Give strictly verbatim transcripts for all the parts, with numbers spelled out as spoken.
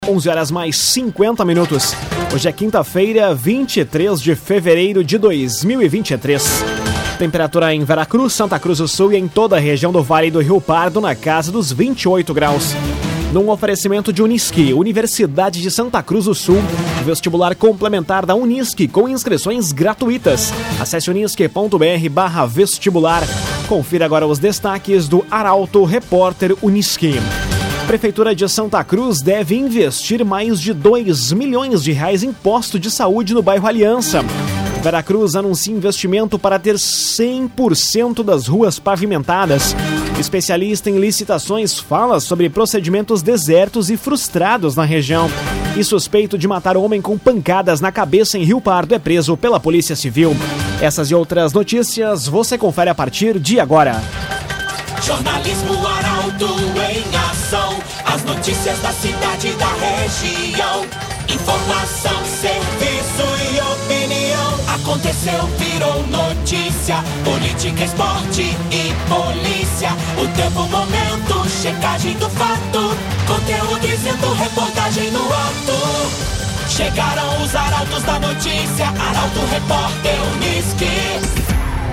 onze horas mais cinquenta minutos. Hoje é quinta-feira, vinte e três de fevereiro de dois mil e vinte e três. Temperatura em Veracruz, Santa Cruz do Sul e em toda a região do Vale do Rio Pardo na casa dos vinte e oito graus. Num oferecimento de Unisque, Universidade de Santa Cruz do Sul, vestibular complementar da Unisque com inscrições gratuitas. Acesse unisque.br barra vestibular. Confira agora os destaques do Arauto Repórter Unisque. Prefeitura de Santa Cruz deve investir mais de dois milhões de reais em posto de saúde no bairro Aliança. Veracruz anuncia investimento para ter cem por cento das ruas pavimentadas. Especialista em licitações fala sobre procedimentos desertos e frustrados na região. E suspeito de matar homem com pancadas na cabeça em Rio Pardo é preso pela Polícia Civil. Essas e outras notícias você confere a partir de agora. Jornalismo Arauto em ação. As notícias da cidade e da região. Informação, serviço e opinião. Aconteceu, virou notícia. Política, esporte e polícia. O tempo, momento, checagem do fato. Conteúdo dizendo, reportagem no ato. Chegaram os arautos da notícia. Arauto Repórter Unisque.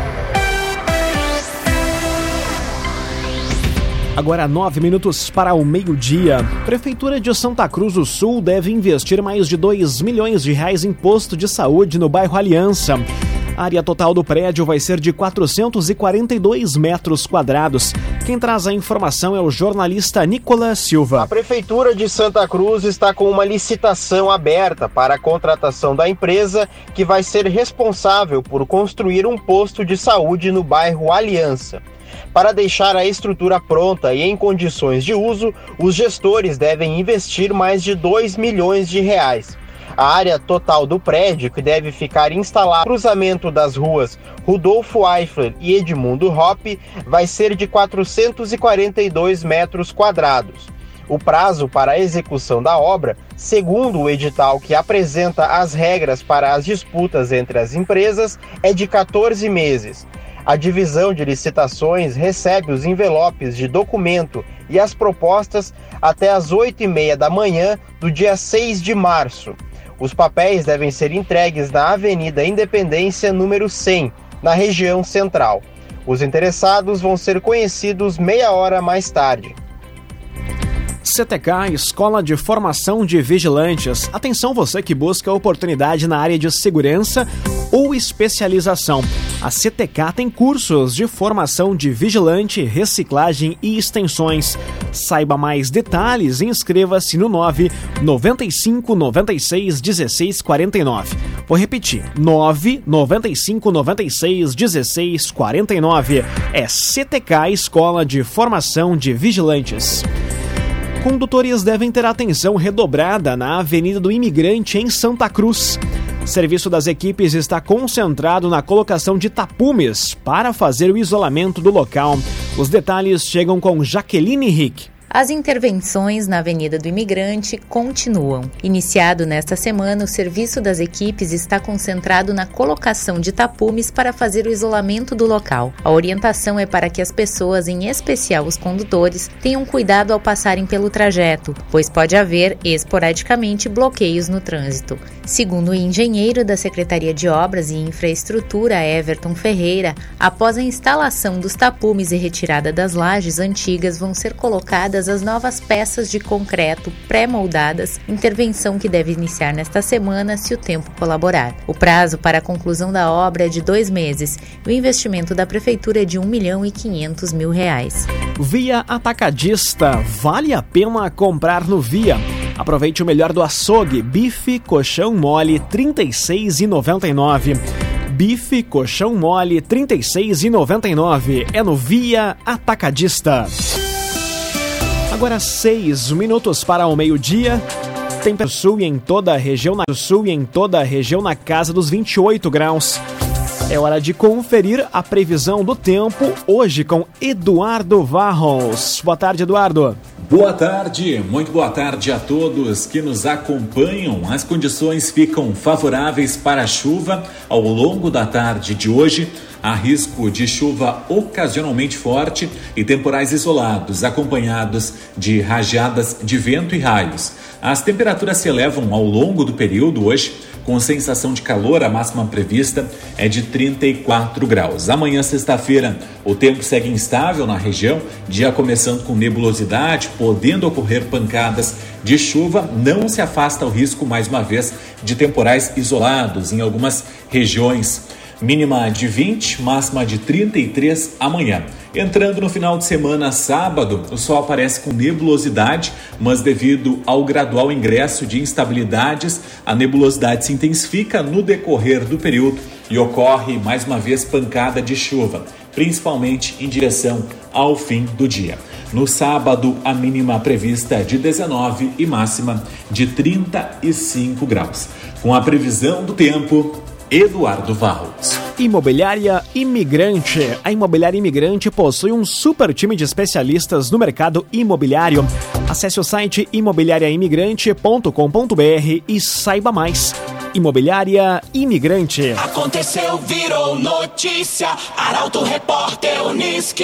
Agora nove minutos para o meio-dia. Prefeitura de Santa Cruz do Sul deve investir mais de dois milhões de reais em posto de saúde no bairro Aliança. A área total do prédio vai ser de quatrocentos e quarenta e dois metros quadrados. Quem traz a informação é o jornalista Nicolas Silva. A Prefeitura de Santa Cruz está com uma licitação aberta para a contratação da empresa que vai ser responsável por construir um posto de saúde no bairro Aliança. Para deixar a estrutura pronta e em condições de uso, os gestores devem investir mais de dois milhões de reais. A área total do prédio, que deve ficar instalado no cruzamento das ruas Rudolfo Eiffler e Edmundo Hoppe, vai ser de quatrocentos e quarenta e dois metros quadrados. O prazo para a execução da obra, segundo o edital que apresenta as regras para as disputas entre as empresas, é de quatorze meses. A divisão de licitações recebe os envelopes de documento e as propostas até às oito e meia da manhã do dia seis de março. Os papéis devem ser entregues na Avenida Independência, número cem, na região central. Os interessados vão ser conhecidos meia hora mais tarde. C T K, Escola de Formação de Vigilantes. Atenção você que busca oportunidade na área de segurança ou especialização. A C T K tem cursos de formação de vigilante, reciclagem e extensões. Saiba mais detalhes e inscreva-se no nove nove cinco nove seis um seis quatro nove. Vou repetir, nove nove cinco nove seis um seis quatro nove. É C T K, Escola de Formação de Vigilantes. Condutores devem ter atenção redobrada na Avenida do Imigrante, em Santa Cruz. O serviço das equipes está concentrado na colocação de tapumes para fazer o isolamento do local. Os detalhes chegam com Jaqueline Rick. As intervenções na Avenida do Imigrante continuam. Iniciado nesta semana, o serviço das equipes está concentrado na colocação de tapumes para fazer o isolamento do local. A orientação é para que as pessoas, em especial os condutores, tenham cuidado ao passarem pelo trajeto, pois pode haver, esporadicamente, bloqueios no trânsito. Segundo o engenheiro da Secretaria de Obras e Infraestrutura, Everton Ferreira, após a instalação dos tapumes e retirada das lajes antigas, vão ser colocadas as novas peças de concreto pré-moldadas, intervenção que deve iniciar nesta semana se o tempo colaborar. O prazo para a conclusão da obra é de dois meses. O investimento da Prefeitura é de um milhão e quinhentos mil reais. Via Atacadista. Vale a pena comprar no Via. Aproveite o melhor do açougue. Bife colchão mole trinta e seis reais e noventa e nove centavos. Bife colchão mole trinta e seis reais e noventa e nove centavos. É no Via Atacadista. Agora seis minutos para o meio-dia. Temperatura sul em toda a região na sul e em toda a região na casa dos vinte e oito graus. É hora de conferir a previsão do tempo hoje com Eduardo Varros. Boa tarde, Eduardo. Boa tarde, muito boa tarde a todos que nos acompanham. As condições ficam favoráveis para a chuva ao longo da tarde de hoje. Há risco de chuva ocasionalmente forte e temporais isolados, acompanhados de rajadas de vento e raios. As temperaturas se elevam ao longo do período hoje, com sensação de calor. A máxima prevista é de trinta e quatro graus. Amanhã, sexta-feira, o tempo segue instável na região, dia começando com nebulosidade, podendo ocorrer pancadas de chuva. Não se afasta o risco, mais uma vez, de temporais isolados em algumas regiões. Mínima de vinte, máxima de trinta e três amanhã. Entrando no final de semana, sábado, o sol aparece com nebulosidade, mas devido ao gradual ingresso de instabilidades, a nebulosidade se intensifica no decorrer do período e ocorre mais uma vez pancada de chuva, principalmente em direção ao fim do dia. No sábado, a mínima prevista é de dezenove e máxima de trinta e cinco graus. Com a previsão do tempo, Eduardo Varros. Imobiliária Imigrante. A Imobiliária Imigrante possui um super time de especialistas no mercado imobiliário. Acesse o site imobiliária imigrante ponto com ponto b r e saiba mais. Imobiliária Imigrante. Aconteceu, virou notícia. Arauto Repórter Unisque.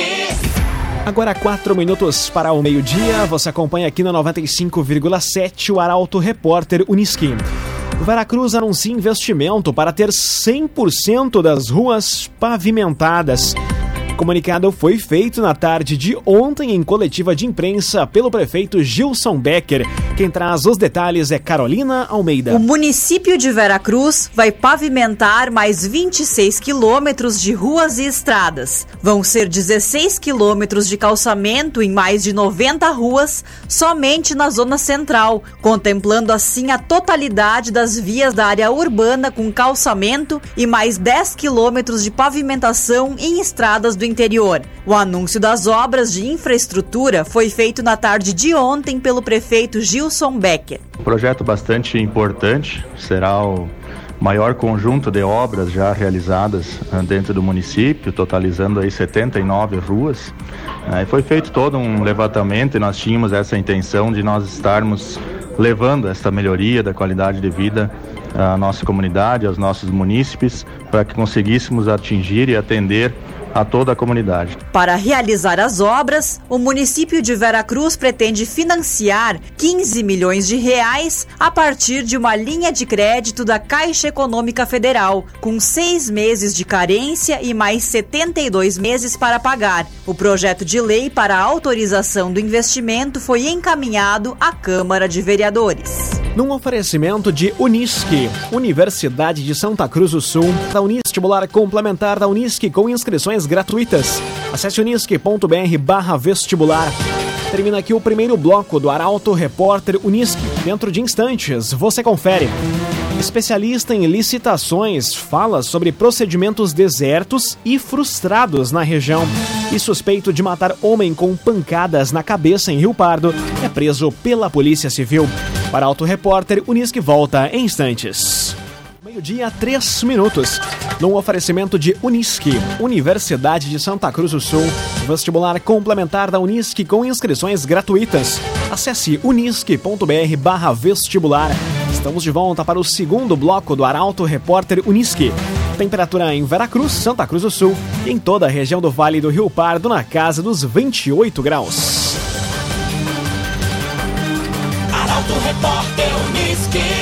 Agora quatro minutos para o meio-dia. Você acompanha aqui na noventa e cinco vírgula sete o Arauto Repórter Unisque. O Veracruz anuncia investimento para ter cem por cento das ruas pavimentadas. O comunicado foi feito na tarde de ontem em coletiva de imprensa pelo prefeito Gilson Becker. Quem traz os detalhes é Carolina Almeida. O município de Veracruz vai pavimentar mais vinte e seis quilômetros de ruas e estradas. Vão ser dezesseis quilômetros de calçamento em mais de noventa ruas, somente na zona central, contemplando assim a totalidade das vias da área urbana com calçamento e mais dez quilômetros de pavimentação em estradas do interior. O anúncio das obras de infraestrutura foi feito na tarde de ontem pelo prefeito Gilson Becker. Um projeto bastante importante, será o maior conjunto de obras já realizadas dentro do município, totalizando aí setenta e nove ruas. Aí foi feito todo um levantamento e nós tínhamos essa intenção de nós estarmos levando esta melhoria da qualidade de vida à nossa comunidade, aos nossos munícipes, para que conseguíssemos atingir e atender a toda a comunidade. Para realizar as obras, o município de Veracruz pretende financiar quinze milhões de reais a partir de uma linha de crédito da Caixa Econômica Federal, com seis meses de carência e mais setenta e dois meses para pagar. O projeto de lei para a autorização do investimento foi encaminhado à Câmara de Vereadores. Num oferecimento de Unisque, Universidade de Santa Cruz do Sul, da Univestibular complementar da Unisque com inscrições gratuitas. Acesse unisque ponto b r barra vestibular. Termina aqui o primeiro bloco do Arauto Repórter Unisque. Dentro de instantes, você confere. Especialista em licitações fala sobre procedimentos desertos e frustrados na região. E suspeito de matar homem com pancadas na cabeça em Rio Pardo é preso pela Polícia Civil. Para Arauto Repórter Unisque volta em instantes. Meio-dia, três minutos. Num oferecimento de Unisque, Universidade de Santa Cruz do Sul, vestibular complementar da Unisque com inscrições gratuitas. Acesse unisque ponto b r barra vestibular. Estamos de volta para o segundo bloco do Arauto Repórter Unisque. Temperatura em Veracruz, Santa Cruz do Sul e em toda a região do Vale do Rio Pardo na casa dos vinte e oito graus. Arauto Repórter Unisque.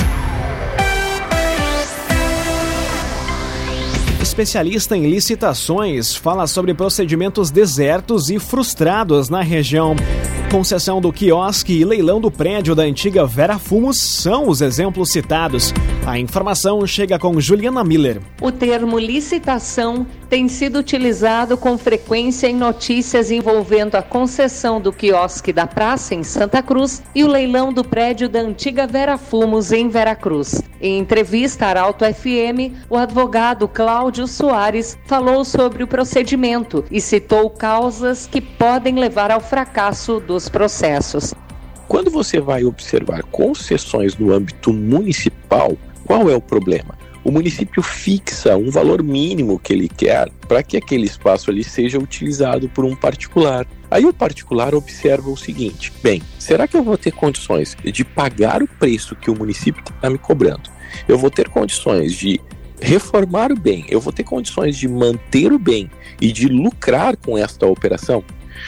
Especialista em licitações fala sobre procedimentos desertos e frustrados na região. Concessão do quiosque e leilão do prédio da antiga Vera Fumos são os exemplos citados. A informação chega com Juliana Miller. O termo licitação tem sido utilizado com frequência em notícias envolvendo a concessão do quiosque da praça em Santa Cruz e o leilão do prédio da antiga Vera Fumos em Veracruz. Em entrevista à Arauto F M, o advogado Cláudio Soares falou sobre o procedimento e citou causas que podem levar ao fracasso dos processos. Quando você vai observar concessões no âmbito municipal, qual é o problema? o município fixa um valor mínimo que ele quer para que aquele espaço ali seja utilizado por um particular. Aí o particular observa o seguinte: bem, será que eu vou ter condições de pagar o preço que o município está me cobrando? Eu vou ter condições de reformar o bem? Eu vou ter condições de manter o bem e de lucrar com esta operação?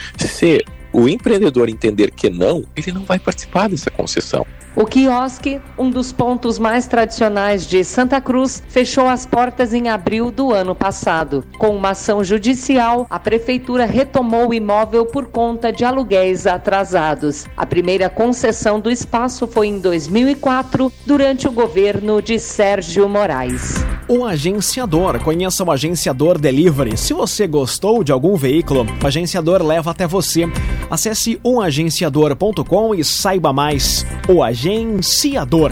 Se o empreendedor entender que não, ele não vai participar dessa concessão. O quiosque, um dos pontos mais tradicionais de Santa Cruz, fechou as portas em abril do ano passado. Com uma ação judicial, a prefeitura retomou o imóvel por conta de aluguéis atrasados. A primeira concessão do espaço foi em dois mil e quatro, durante o governo de Sérgio Moraes. O Agenciador. Conheça o Agenciador Delivery. Se você gostou de algum veículo, o Agenciador leva até você. Acesse o agenciador ponto com e saiba mais. O Agenciador.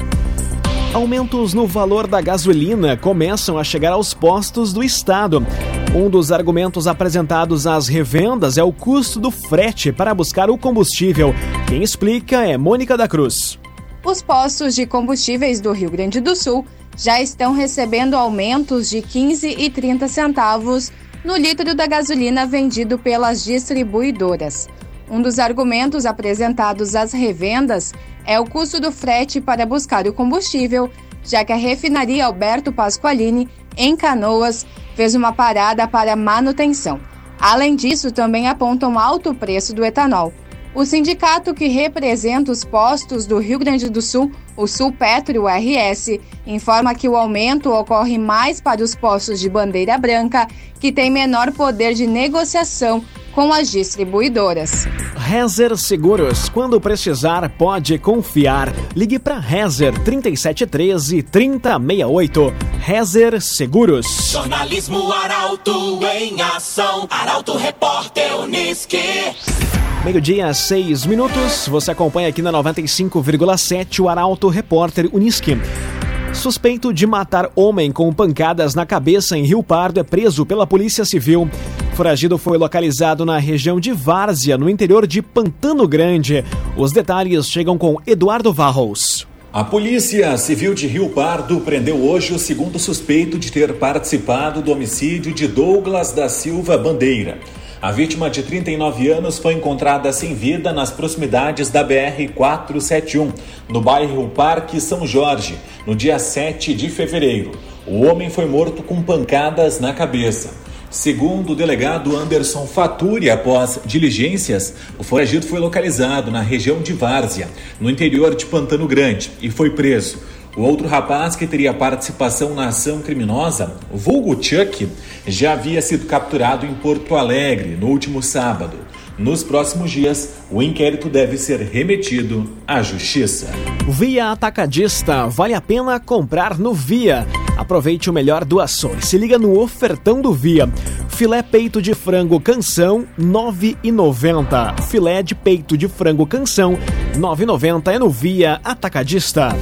Aumentos no valor da gasolina começam a chegar aos postos do estado. Um dos argumentos apresentados às revendas é o custo do frete para buscar o combustível. Quem explica é Mônica da Cruz. Os postos de combustíveis do Rio Grande do Sul já estão recebendo aumentos de quinze e trinta centavos no litro da gasolina vendido pelas distribuidoras. Um dos argumentos apresentados às revendas é o custo do frete para buscar o combustível, já que a refinaria Alberto Pasqualini, em Canoas, fez uma parada para manutenção. Além disso, também apontam alto preço do etanol. O sindicato que representa os postos do Rio Grande do Sul, o Sulpetro R S, informa que o aumento ocorre mais para os postos de bandeira branca, que têm menor poder de negociação com as distribuidoras. Rezer Seguros. Quando precisar, pode confiar. Ligue para Rezer trinta e sete treze, trinta sessenta e oito. Rezer Seguros. Jornalismo Arauto em ação. Arauto Repórter Unisque. Meio-dia, seis minutos. Você acompanha aqui na noventa e cinco vírgula sete o Arauto Repórter Unisque. Suspeito de matar homem com pancadas na cabeça em Rio Pardo é preso pela Polícia Civil. O foragido foi localizado na região de Várzea, no interior de Pantano Grande. Os detalhes chegam com Eduardo Varros. A Polícia Civil de Rio Pardo prendeu hoje o segundo suspeito de ter participado do homicídio de Douglas da Silva Bandeira. A vítima de trinta e nove anos foi encontrada sem vida nas proximidades da B R quatrocentos e setenta e um, no bairro Parque São Jorge, no dia sete de fevereiro. O homem foi morto com pancadas na cabeça. Segundo o delegado Anderson Faturi, após diligências, o foragido foi localizado na região de Várzea, no interior de Pantano Grande, e foi preso. O outro rapaz que teria participação na ação criminosa, vulgo Chuck, já havia sido capturado em Porto Alegre no último sábado. Nos próximos dias, o inquérito deve ser remetido à Justiça. Via Atacadista. Vale a pena comprar no Via. Aproveite o melhor do açougue. Se liga no ofertão do Via. Filé peito de frango canção, nove reais e noventa centavos. Filé de peito de frango canção, nove reais e noventa centavos é no Via Atacadista.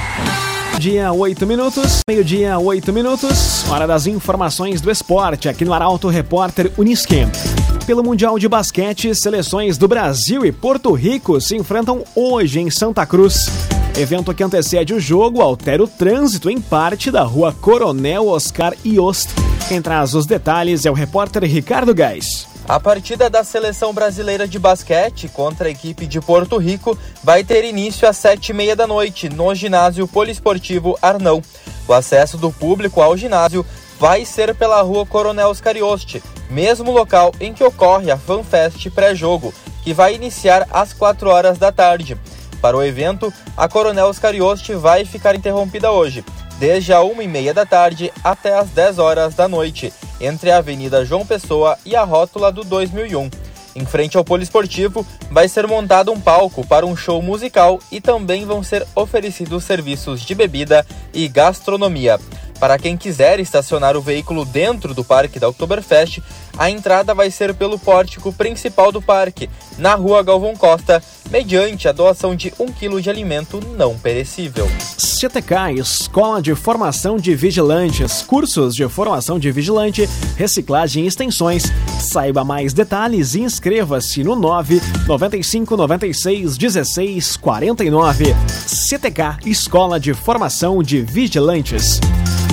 Dia oito minutos, meio-dia, oito minutos, hora das informações do esporte aqui no Arauto Repórter Unisque. Pelo Mundial de Basquete, seleções do Brasil e Porto Rico se enfrentam hoje em Santa Cruz. Evento que antecede o jogo altera o trânsito em parte da rua Coronel Oscar Iost. Quem traz os detalhes é o repórter Ricardo Gás. A partida da Seleção Brasileira de Basquete contra a equipe de Porto Rico vai ter início às sete e meia da noite no ginásio poliesportivo Arnão. O acesso do público ao ginásio vai ser pela rua Coronel Oscar Iost, mesmo local em que ocorre a FanFest pré-jogo, que vai iniciar às quatro horas da tarde. Para o evento, a Coronel Oscar Iost vai ficar interrompida hoje, desde a uma e meia da tarde até às dez horas da noite, entre a Avenida João Pessoa e a rótula do dois mil e um. Em frente ao poliesportivo, vai ser montado um palco para um show musical e também vão ser oferecidos serviços de bebida e gastronomia. Para quem quiser estacionar o veículo dentro do parque da Oktoberfest, a entrada vai ser pelo pórtico principal do parque, na rua Galvão Costa, mediante a doação de um quilo de alimento não perecível. C T K, Escola de Formação de Vigilantes, cursos de formação de vigilante, reciclagem e extensões. Saiba mais detalhes e inscreva-se no nove nove cinco nove seis um seis quatro nove. C T K, Escola de Formação de Vigilantes.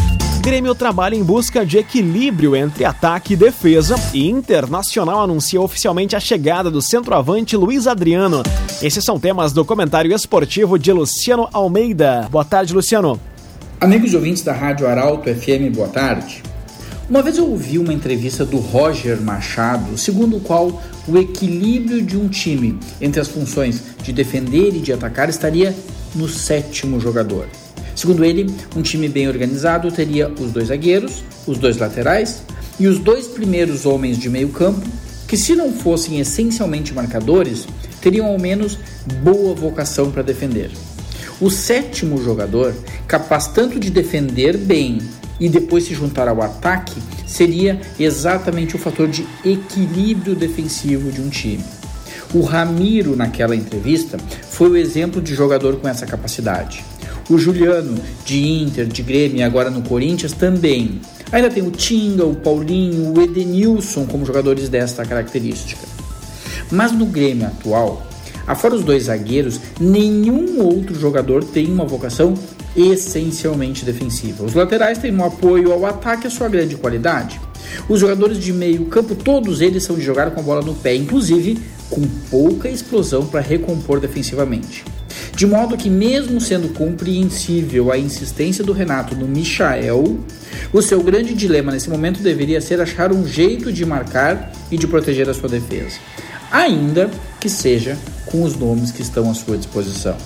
Grêmio trabalha em busca de equilíbrio entre ataque e defesa e Internacional anuncia oficialmente a chegada do centroavante Luiz Adriano. Esses são temas do comentário esportivo de Luciano Almeida. Boa tarde, Luciano. Amigos e ouvintes da Rádio Arauto F M, boa tarde. Uma vez eu ouvi uma entrevista do Roger Machado, segundo o qual o equilíbrio de um time entre as funções de defender e de atacar estaria no sétimo jogador. Segundo ele, um time bem organizado teria os dois zagueiros, os dois laterais e os dois primeiros homens de meio campo, que se não fossem essencialmente marcadores, teriam ao menos boa vocação para defender. O sétimo jogador, capaz tanto de defender bem e depois se juntar ao ataque, seria exatamente o fator de equilíbrio defensivo de um time. O Ramiro, naquela entrevista, foi o exemplo de jogador com essa capacidade. O Juliano, de Inter, de Grêmio e agora no Corinthians, também. Ainda tem o Tinga, o Paulinho, o Edenilson como jogadores desta característica. Mas no Grêmio atual, afora os dois zagueiros, nenhum outro jogador tem uma vocação essencialmente defensiva. Os laterais têm um apoio ao ataque a sua grande qualidade. Os jogadores de meio campo, todos eles são de jogar com a bola no pé, inclusive com pouca explosão para recompor defensivamente. De modo que, mesmo sendo compreensível a insistência do Renato no Michael, o seu grande dilema nesse momento deveria ser achar um jeito de marcar e de proteger a sua defesa, ainda que seja com os nomes que estão à sua disposição.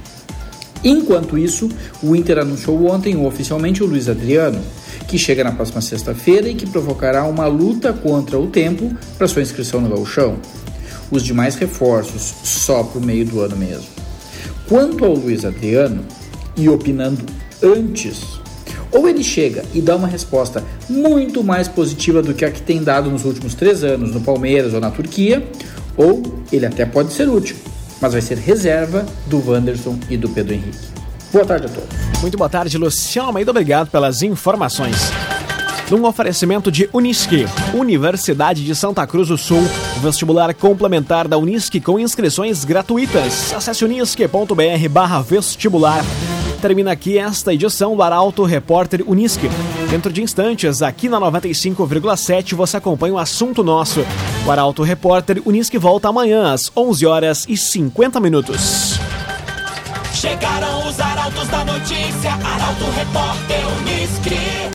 Enquanto isso, o Inter anunciou ontem oficialmente o Luiz Adriano, que chega na próxima sexta-feira e que provocará uma luta contra o tempo para sua inscrição no Gauchão. Os demais reforços só para o meio do ano mesmo. Quanto ao Luiz Adriano, e opinando antes, ou ele chega e dá uma resposta muito mais positiva do que a que tem dado nos últimos três anos no Palmeiras ou na Turquia, ou ele até pode ser útil, mas vai ser reserva do Wanderson e do Pedro Henrique. Boa tarde a todos. Muito boa tarde, Luciano Almeida, obrigado pelas informações. Num oferecimento de Unisque, Universidade de Santa Cruz do Sul, vestibular complementar da Unisque com inscrições gratuitas. Acesse unisque.br barra vestibular. Termina aqui esta edição do Arauto Repórter Unisque. Dentro de instantes, aqui na noventa e cinco vírgula sete, você acompanha o assunto nosso. O Arauto Repórter Unisque volta amanhã às onze horas e cinquenta minutos. Chegaram os arautos da notícia, Arauto Repórter Unisque.